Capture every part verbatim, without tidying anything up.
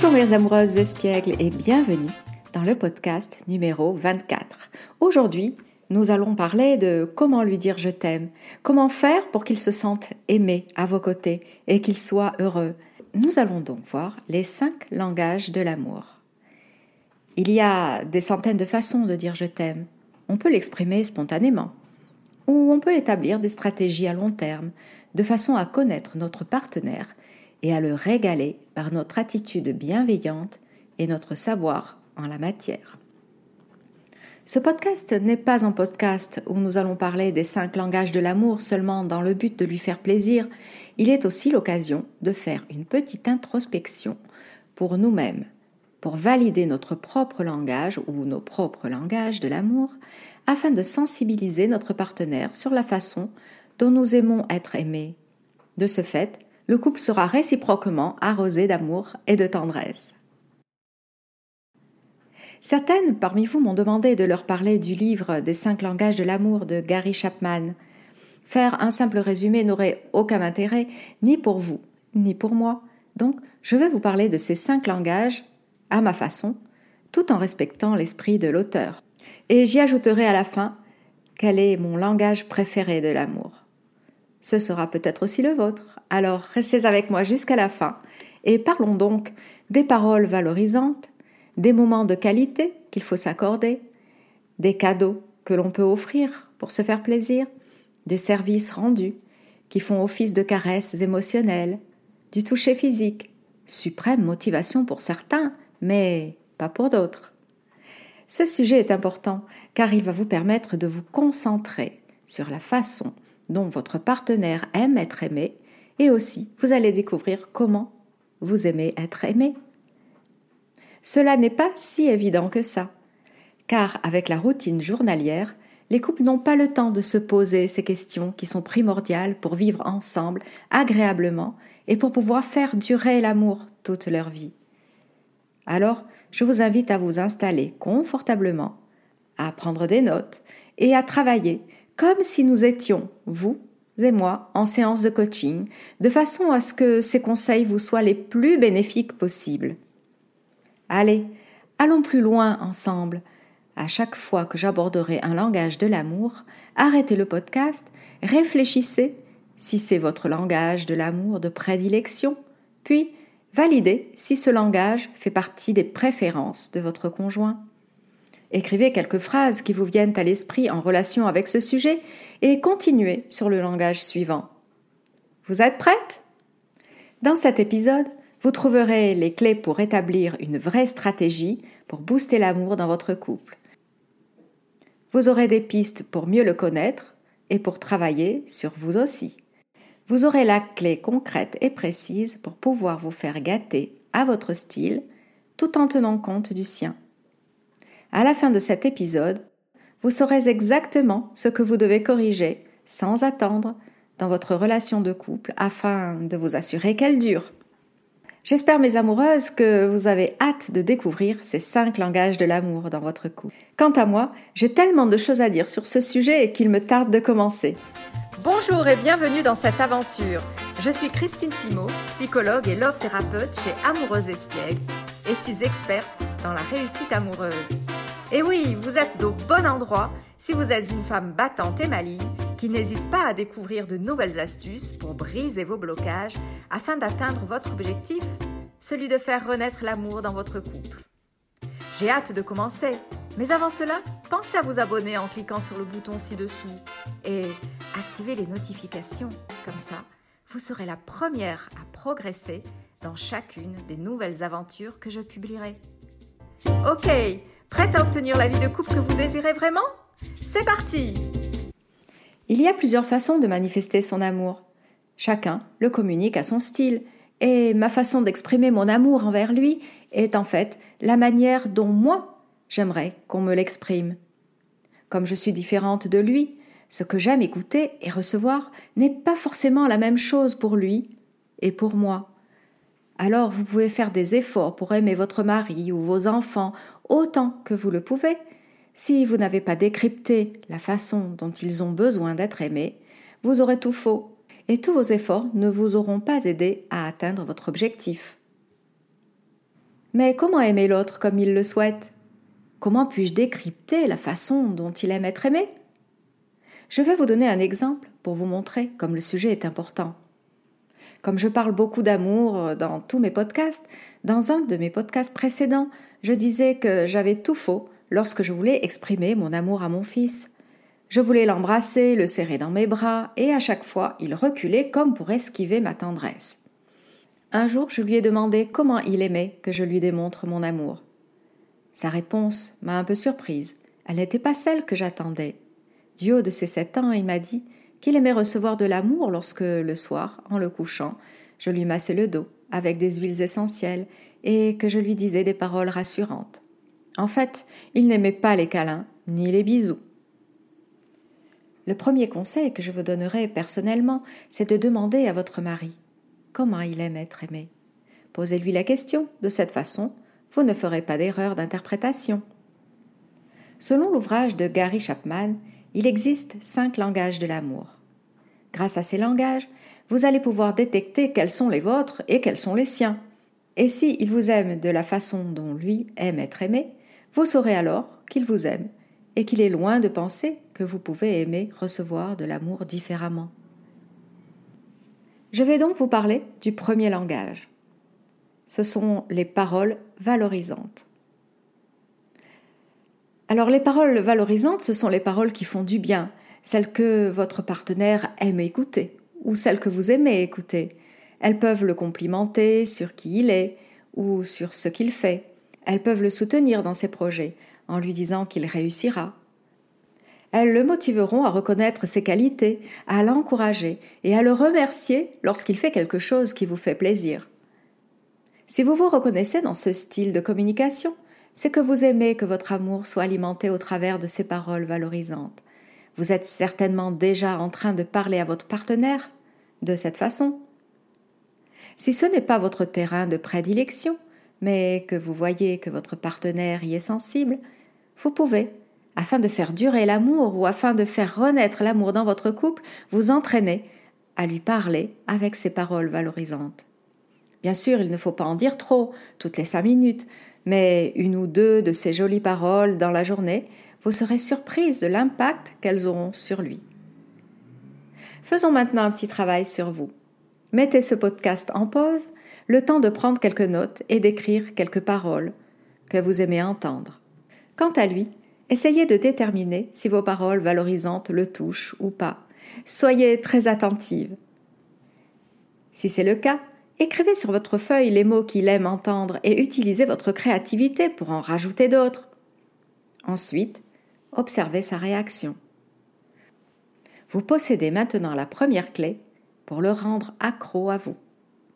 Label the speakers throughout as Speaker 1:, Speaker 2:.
Speaker 1: Bonjour mes amoureuses espiègles et bienvenue dans le podcast numéro vingt-quatre. Aujourd'hui, nous allons parler de comment lui dire je t'aime, comment faire pour qu'il se sente aimé à vos côtés et qu'il soit heureux. Nous allons donc voir les cinq langages de l'amour. Il y a des centaines de façons de dire je t'aime. On peut l'exprimer spontanément ou on peut établir des stratégies à long terme de façon à connaître notre partenaire et à le régaler par notre attitude bienveillante et notre savoir en la matière. Ce podcast n'est pas un podcast où nous allons parler des cinq langages de l'amour seulement dans le but de lui faire plaisir. Il est aussi l'occasion de faire une petite introspection pour nous-mêmes, pour valider notre propre langage ou nos propres langages de l'amour, afin de sensibiliser notre partenaire sur la façon dont nous aimons être aimés. De ce fait, le couple sera réciproquement arrosé d'amour et de tendresse. Certaines parmi vous m'ont demandé de leur parler du livre des cinq langages de l'amour de Gary Chapman. Faire un simple résumé n'aurait aucun intérêt, ni pour vous, ni pour moi. Donc, je vais vous parler de ces cinq langages, à ma façon, tout en respectant l'esprit de l'auteur. Et j'y ajouterai à la fin quel est mon langage préféré de l'amour. Ce sera peut-être aussi le vôtre. Alors, restez avec moi jusqu'à la fin et parlons donc des paroles valorisantes, des moments de qualité qu'il faut s'accorder, des cadeaux que l'on peut offrir pour se faire plaisir, des services rendus qui font office de caresses émotionnelles, du toucher physique, suprême motivation pour certains, mais pas pour d'autres. Ce sujet est important car il va vous permettre de vous concentrer sur la façon dont votre partenaire aime être aimé et aussi vous allez découvrir comment vous aimez être aimé. Cela n'est pas si évident que ça, car avec la routine journalière, les couples n'ont pas le temps de se poser ces questions qui sont primordiales pour vivre ensemble agréablement et pour pouvoir faire durer l'amour toute leur vie. Alors, je vous invite à vous installer confortablement, à prendre des notes et à travailler comme si nous étions, vous et moi, en séance de coaching, de façon à ce que ces conseils vous soient les plus bénéfiques possibles. Allez, allons plus loin ensemble. À chaque fois que j'aborderai un langage de l'amour, arrêtez le podcast, réfléchissez si c'est votre langage de l'amour de prédilection, puis validez si ce langage fait partie des préférences de votre conjoint. Écrivez quelques phrases qui vous viennent à l'esprit en relation avec ce sujet et continuez sur le langage suivant. Vous êtes prêtes ? Dans cet épisode, vous trouverez les clés pour établir une vraie stratégie pour booster l'amour dans votre couple. Vous aurez des pistes pour mieux le connaître et pour travailler sur vous aussi. Vous aurez la clé concrète et précise pour pouvoir vous faire gâter à votre style tout en tenant compte du sien. À la fin de cet épisode, vous saurez exactement ce que vous devez corriger sans attendre dans votre relation de couple afin de vous assurer qu'elle dure. J'espère, mes amoureuses, que vous avez hâte de découvrir ces cinq langages de l'amour dans votre couple. Quant à moi, j'ai tellement de choses à dire sur ce sujet qu'il me tarde de commencer. Bonjour et bienvenue dans cette aventure. Je suis Christine Simot, psychologue et love thérapeute chez Amoureuse Espiègle et suis experte dans la réussite amoureuse. Et oui, vous êtes au bon endroit si vous êtes une femme battante et maligne qui n'hésite pas à découvrir de nouvelles astuces pour briser vos blocages afin d'atteindre votre objectif, celui de faire renaître l'amour dans votre couple. J'ai hâte de commencer, mais avant cela, pensez à vous abonner en cliquant sur le bouton ci-dessous et activez les notifications. Comme ça, vous serez la première à progresser dans chacune des nouvelles aventures que je publierai. Ok, prête à obtenir la vie de couple que vous désirez vraiment ? C'est parti ! Il y a plusieurs façons de manifester son amour. Chacun le communique à son style, et ma façon d'exprimer mon amour envers lui est en fait la manière dont moi, j'aimerais qu'on me l'exprime. Comme je suis différente de lui, ce que j'aime écouter et recevoir n'est pas forcément la même chose pour lui et pour moi. Alors vous pouvez faire des efforts pour aimer votre mari ou vos enfants autant que vous le pouvez. Si vous n'avez pas décrypté la façon dont ils ont besoin d'être aimés, vous aurez tout faux et tous vos efforts ne vous auront pas aidé à atteindre votre objectif. Mais comment aimer l'autre comme il le souhaite? Comment puis-je décrypter la façon dont il aime être aimé? Je vais vous donner un exemple pour vous montrer comme le sujet est important. Comme je parle beaucoup d'amour dans tous mes podcasts, dans un de mes podcasts précédents, je disais que j'avais tout faux lorsque je voulais exprimer mon amour à mon fils. Je voulais l'embrasser, le serrer dans mes bras, et à chaque fois, il reculait comme pour esquiver ma tendresse. Un jour, je lui ai demandé comment il aimait que je lui démontre mon amour. Sa réponse m'a un peu surprise. Elle n'était pas celle que j'attendais. Du haut de ses sept ans, il m'a dit qu'il aimait recevoir de l'amour lorsque, le soir, en le couchant, je lui massais le dos avec des huiles essentielles et que je lui disais des paroles rassurantes. En fait, il n'aimait pas les câlins ni les bisous. Le premier conseil que je vous donnerai personnellement, c'est de demander à votre mari comment il aime être aimé. Posez-lui la question. De cette façon, vous ne ferez pas d'erreur d'interprétation. Selon l'ouvrage de Gary Chapman, il existe cinq langages de l'amour. Grâce à ces langages, vous allez pouvoir détecter quels sont les vôtres et quels sont les siens. Et si il vous aime de la façon dont lui aime être aimé, vous saurez alors qu'il vous aime et qu'il est loin de penser que vous pouvez aimer recevoir de l'amour différemment. Je vais donc vous parler du premier langage. Ce sont les paroles valorisantes. Alors les paroles valorisantes, ce sont les paroles qui font du bien, celles que votre partenaire aime écouter ou celles que vous aimez écouter. Elles peuvent le complimenter sur qui il est ou sur ce qu'il fait. Elles peuvent le soutenir dans ses projets en lui disant qu'il réussira. Elles le motiveront à reconnaître ses qualités, à l'encourager et à le remercier lorsqu'il fait quelque chose qui vous fait plaisir. Si vous vous reconnaissez dans ce style de communication, c'est que vous aimez que votre amour soit alimenté au travers de ces paroles valorisantes. Vous êtes certainement déjà en train de parler à votre partenaire de cette façon. Si ce n'est pas votre terrain de prédilection, mais que vous voyez que votre partenaire y est sensible, vous pouvez, afin de faire durer l'amour ou afin de faire renaître l'amour dans votre couple, vous entraîner à lui parler avec ces paroles valorisantes. Bien sûr, il ne faut pas en dire trop, toutes les cinq minutes, mais une ou deux de ces jolies paroles dans la journée, vous serez surprise de l'impact qu'elles auront sur lui. Faisons maintenant un petit travail sur vous. Mettez ce podcast en pause, le temps de prendre quelques notes et d'écrire quelques paroles que vous aimez entendre. Quant à lui, essayez de déterminer si vos paroles valorisantes le touchent ou pas. Soyez très attentive. Si c'est le cas, écrivez sur votre feuille les mots qu'il aime entendre et utilisez votre créativité pour en rajouter d'autres. Ensuite, observez sa réaction. Vous possédez maintenant la première clé pour le rendre accro à vous.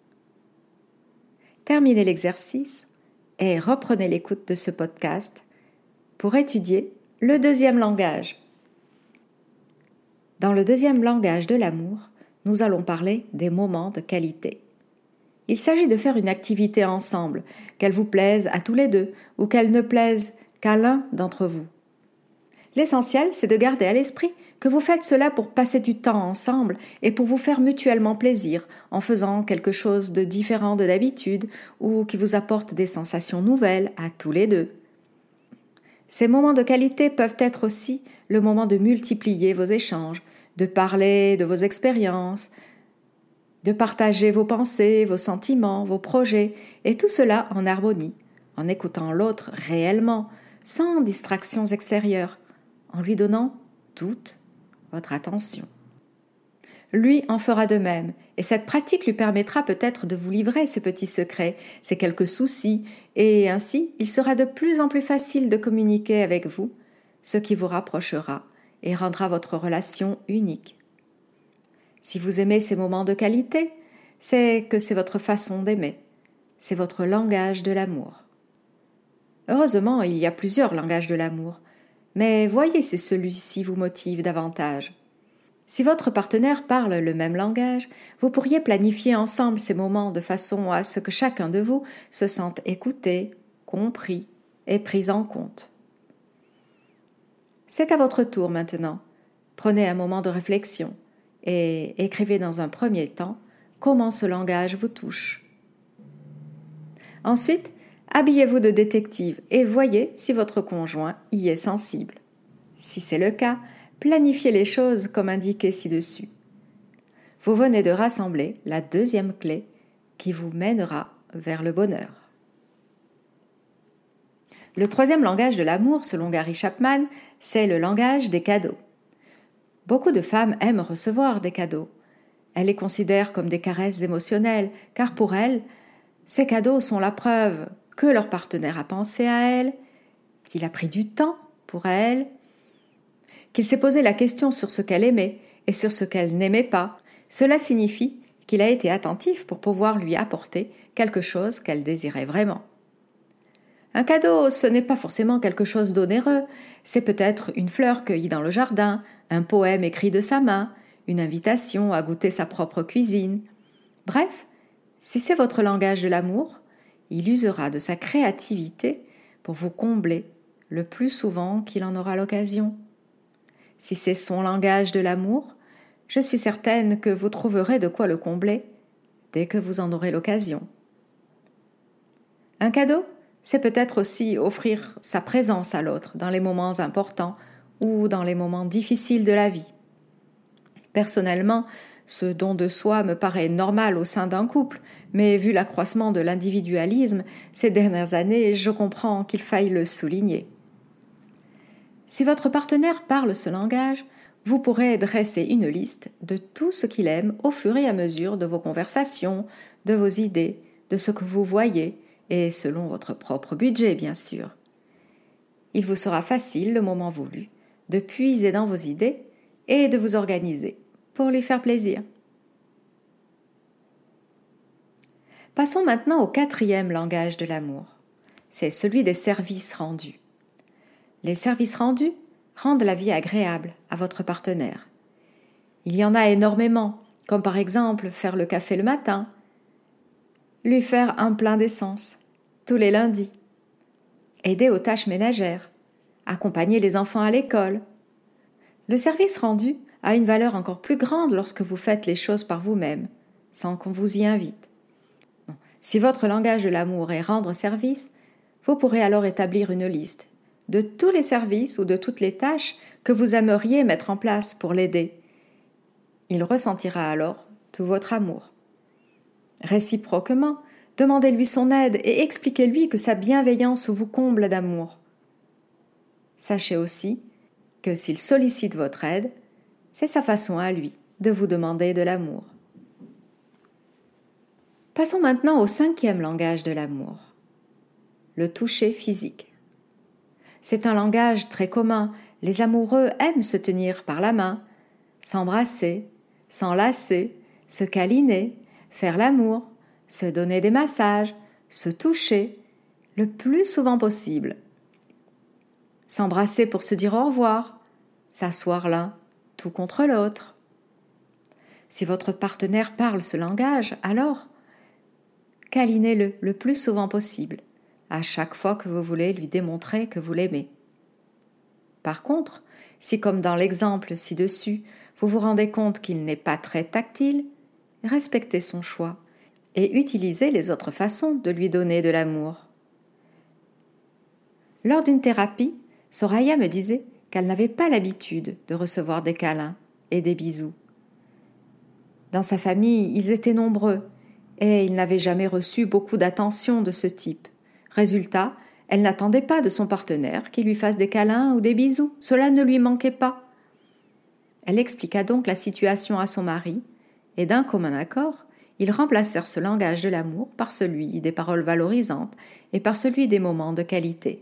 Speaker 1: Terminez l'exercice et reprenez l'écoute de ce podcast pour étudier le deuxième langage. Dans le deuxième langage de l'amour, nous allons parler des moments de qualité. Il s'agit de faire une activité ensemble, qu'elle vous plaise à tous les deux ou qu'elle ne plaise qu'à l'un d'entre vous. L'essentiel, c'est de garder à l'esprit que vous faites cela pour passer du temps ensemble et pour vous faire mutuellement plaisir en faisant quelque chose de différent de d'habitude ou qui vous apporte des sensations nouvelles à tous les deux. Ces moments de qualité peuvent être aussi le moment de multiplier vos échanges, de parler de vos expériences, de partager vos pensées, vos sentiments, vos projets, et tout cela en harmonie, en écoutant l'autre réellement, sans distractions extérieures, en lui donnant toute votre attention. Lui en fera de même, et cette pratique lui permettra peut-être de vous livrer ses petits secrets, ses quelques soucis, et ainsi il sera de plus en plus facile de communiquer avec vous, ce qui vous rapprochera et rendra votre relation unique. Si vous aimez ces moments de qualité, c'est que c'est votre façon d'aimer, c'est votre langage de l'amour. Heureusement, il y a plusieurs langages de l'amour, mais voyez si celui-ci vous motive davantage. Si votre partenaire parle le même langage, vous pourriez planifier ensemble ces moments de façon à ce que chacun de vous se sente écouté, compris et pris en compte. C'est à votre tour maintenant. Prenez un moment de réflexion et écrivez dans un premier temps comment ce langage vous touche. Ensuite, Habillez-vous de détective et voyez si votre conjoint y est sensible. Si c'est le cas, planifiez les choses comme indiqué ci-dessus. Vous venez de rassembler la deuxième clé qui vous mènera vers le bonheur. Le troisième langage de l'amour, selon Gary Chapman, c'est le langage des cadeaux. Beaucoup de femmes aiment recevoir des cadeaux. Elles les considèrent comme des caresses émotionnelles, car pour elles, ces cadeaux sont la preuve que leur partenaire a pensé à elles, qu'il a pris du temps pour elles, qu'il s'est posé la question sur ce qu'elle aimait et sur ce qu'elle n'aimait pas. Cela signifie qu'il a été attentif pour pouvoir lui apporter quelque chose qu'elle désirait vraiment. Un cadeau, ce n'est pas forcément quelque chose d'onéreux, c'est peut-être une fleur cueillie dans le jardin, un poème écrit de sa main, une invitation à goûter sa propre cuisine. Bref, si c'est votre langage de l'amour, il usera de sa créativité pour vous combler le plus souvent qu'il en aura l'occasion. Si c'est son langage de l'amour, je suis certaine que vous trouverez de quoi le combler dès que vous en aurez l'occasion. Un cadeau, c'est peut-être aussi offrir sa présence à l'autre dans les moments importants ou dans les moments difficiles de la vie. Personnellement, ce don de soi me paraît normal au sein d'un couple, mais vu l'accroissement de l'individualisme ces dernières années, je comprends qu'il faille le souligner. Si votre partenaire parle ce langage, vous pourrez dresser une liste de tout ce qu'il aime au fur et à mesure de vos conversations, de vos idées, de ce que vous voyez, et selon votre propre budget, bien sûr. Il vous sera facile, le moment voulu, de puiser dans vos idées et de vous organiser pour lui faire plaisir. Passons maintenant au quatrième langage de l'amour. C'est celui des services rendus. Les services rendus rendent la vie agréable à votre partenaire. Il y en a énormément, comme par exemple faire le café le matin, lui faire un plein d'essence tous les lundis, aider aux tâches ménagères, accompagner les enfants à l'école. Le service rendu a une valeur encore plus grande lorsque vous faites les choses par vous-même, sans qu'on vous y invite. Si votre langage de l'amour est rendre service, vous pourrez alors établir une liste de tous les services ou de toutes les tâches que vous aimeriez mettre en place pour l'aider. Il ressentira alors tout votre amour. Réciproquement, demandez-lui son aide et expliquez-lui que sa bienveillance vous comble d'amour. Sachez aussi que s'il sollicite votre aide, c'est sa façon à lui de vous demander de l'amour. Passons maintenant au cinquième langage de l'amour, le toucher physique. C'est un langage très commun. Les amoureux aiment se tenir par la main, s'embrasser, s'enlacer, se câliner, faire l'amour, se donner des massages, se toucher, le plus souvent possible. S'embrasser pour se dire au revoir, s'asseoir l'un tout contre l'autre. Si votre partenaire parle ce langage, alors câlinez-le le plus souvent possible, à chaque fois que vous voulez lui démontrer que vous l'aimez. Par contre, si comme dans l'exemple ci-dessus, vous vous rendez compte qu'il n'est pas très tactile, respectez son choix et utilisez les autres façons de lui donner de l'amour. Lors d'une thérapie, Soraya me disait qu'elle n'avait pas l'habitude de recevoir des câlins et des bisous. Dans sa famille, ils étaient nombreux et ils n'avaient jamais reçu beaucoup d'attention de ce type. Résultat, elle n'attendait pas de son partenaire qu'il lui fasse des câlins ou des bisous. Cela ne lui manquait pas. Elle expliqua donc la situation à son mari et d'un commun accord, ils remplacèrent ce langage de l'amour par celui des paroles valorisantes et par celui des moments de qualité.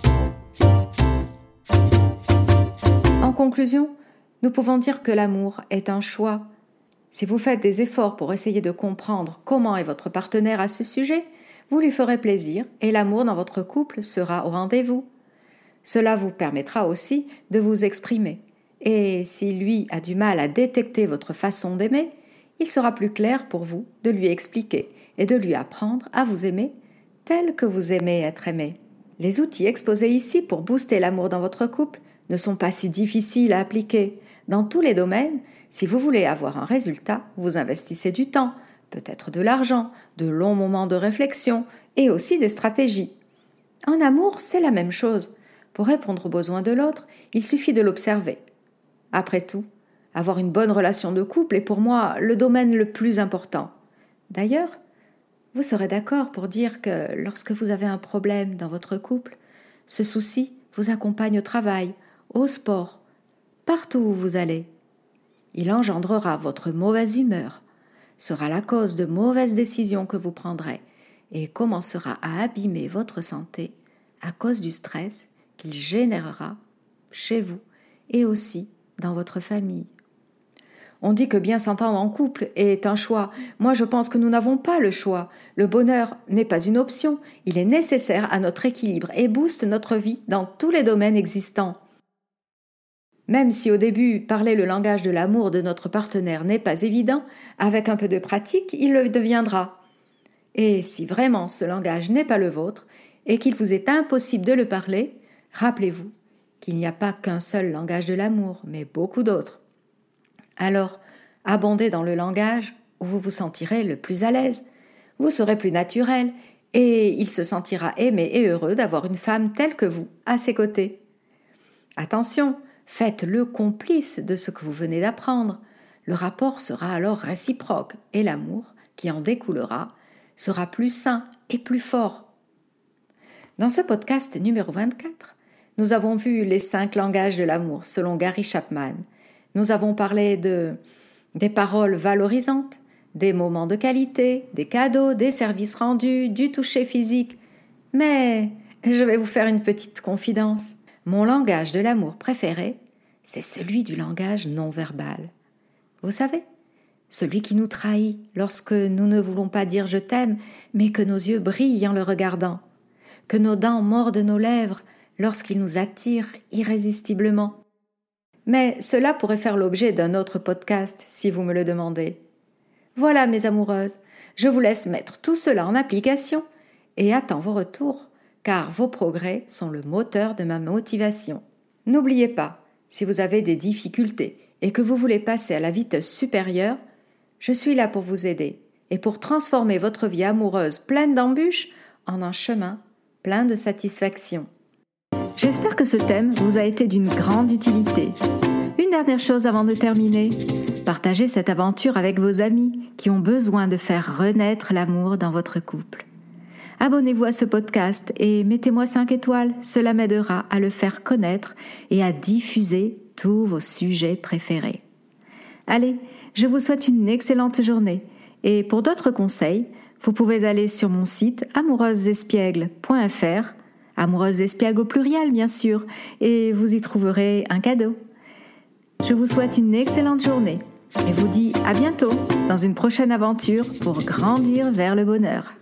Speaker 1: En conclusion, nous pouvons dire que l'amour est un choix. Si vous faites des efforts pour essayer de comprendre comment est votre partenaire à ce sujet, vous lui ferez plaisir et l'amour dans votre couple sera au rendez-vous. Cela vous permettra aussi de vous exprimer. Et si lui a du mal à détecter votre façon d'aimer, il sera plus clair pour vous de lui expliquer et de lui apprendre à vous aimer tel que vous aimez être aimé. Les outils exposés ici pour booster l'amour dans votre couple ne sont pas si difficiles à appliquer. Dans tous les domaines, si vous voulez avoir un résultat, vous investissez du temps, peut-être de l'argent, de longs moments de réflexion et aussi des stratégies. En amour, c'est la même chose. Pour répondre aux besoins de l'autre, il suffit de l'observer. Après tout, avoir une bonne relation de couple est pour moi le domaine le plus important. D'ailleurs, vous serez d'accord pour dire que lorsque vous avez un problème dans votre couple, ce souci vous accompagne au travail, au sport, partout où vous allez. Il engendrera votre mauvaise humeur, sera la cause de mauvaises décisions que vous prendrez et commencera à abîmer votre santé à cause du stress qu'il générera chez vous et aussi dans votre famille. On dit que bien s'entendre en couple est un choix. Moi, je pense que nous n'avons pas le choix. Le bonheur n'est pas une option. Il est nécessaire à notre équilibre et booste notre vie dans tous les domaines existants. Même si au début, parler le langage de l'amour de notre partenaire n'est pas évident, avec un peu de pratique, il le deviendra. Et si vraiment ce langage n'est pas le vôtre et qu'il vous est impossible de le parler, rappelez-vous qu'il n'y a pas qu'un seul langage de l'amour, mais beaucoup d'autres. Alors, abondez dans le langage où vous vous sentirez le plus à l'aise. Vous serez plus naturel et il se sentira aimé et heureux d'avoir une femme telle que vous à ses côtés. Attention, faites-le complice de ce que vous venez d'apprendre. Le rapport sera alors réciproque et l'amour qui en découlera sera plus sain et plus fort. Dans ce podcast numéro vingt-quatre, nous avons vu les cinq langages de l'amour selon Gary Chapman. Nous avons parlé de, des paroles valorisantes, des moments de qualité, des cadeaux, des services rendus, du toucher physique. Mais je vais vous faire une petite confidence. Mon langage de l'amour préféré, c'est celui du langage non verbal. Vous savez, celui qui nous trahit lorsque nous ne voulons pas dire « je t'aime », mais que nos yeux brillent en le regardant, que nos dents mordent nos lèvres lorsqu'il nous attire irrésistiblement. Mais cela pourrait faire l'objet d'un autre podcast, si vous me le demandez. Voilà, mes amoureuses, je vous laisse mettre tout cela en application et attends vos retours, car vos progrès sont le moteur de ma motivation. N'oubliez pas, si vous avez des difficultés et que vous voulez passer à la vitesse supérieure, je suis là pour vous aider et pour transformer votre vie amoureuse pleine d'embûches en un chemin plein de satisfaction. J'espère que ce thème vous a été d'une grande utilité. Une dernière chose avant de terminer, partagez cette aventure avec vos amis qui ont besoin de faire renaître l'amour dans votre couple. Abonnez-vous à ce podcast et mettez-moi cinq étoiles, cela m'aidera à le faire connaître et à diffuser tous vos sujets préférés. Allez, je vous souhaite une excellente journée et pour d'autres conseils, vous pouvez aller sur mon site amoureuses espiègles point f r, Amoureuses espiègles au pluriel bien sûr, et vous y trouverez un cadeau. Je vous souhaite une excellente journée et vous dis à bientôt dans une prochaine aventure pour grandir vers le bonheur.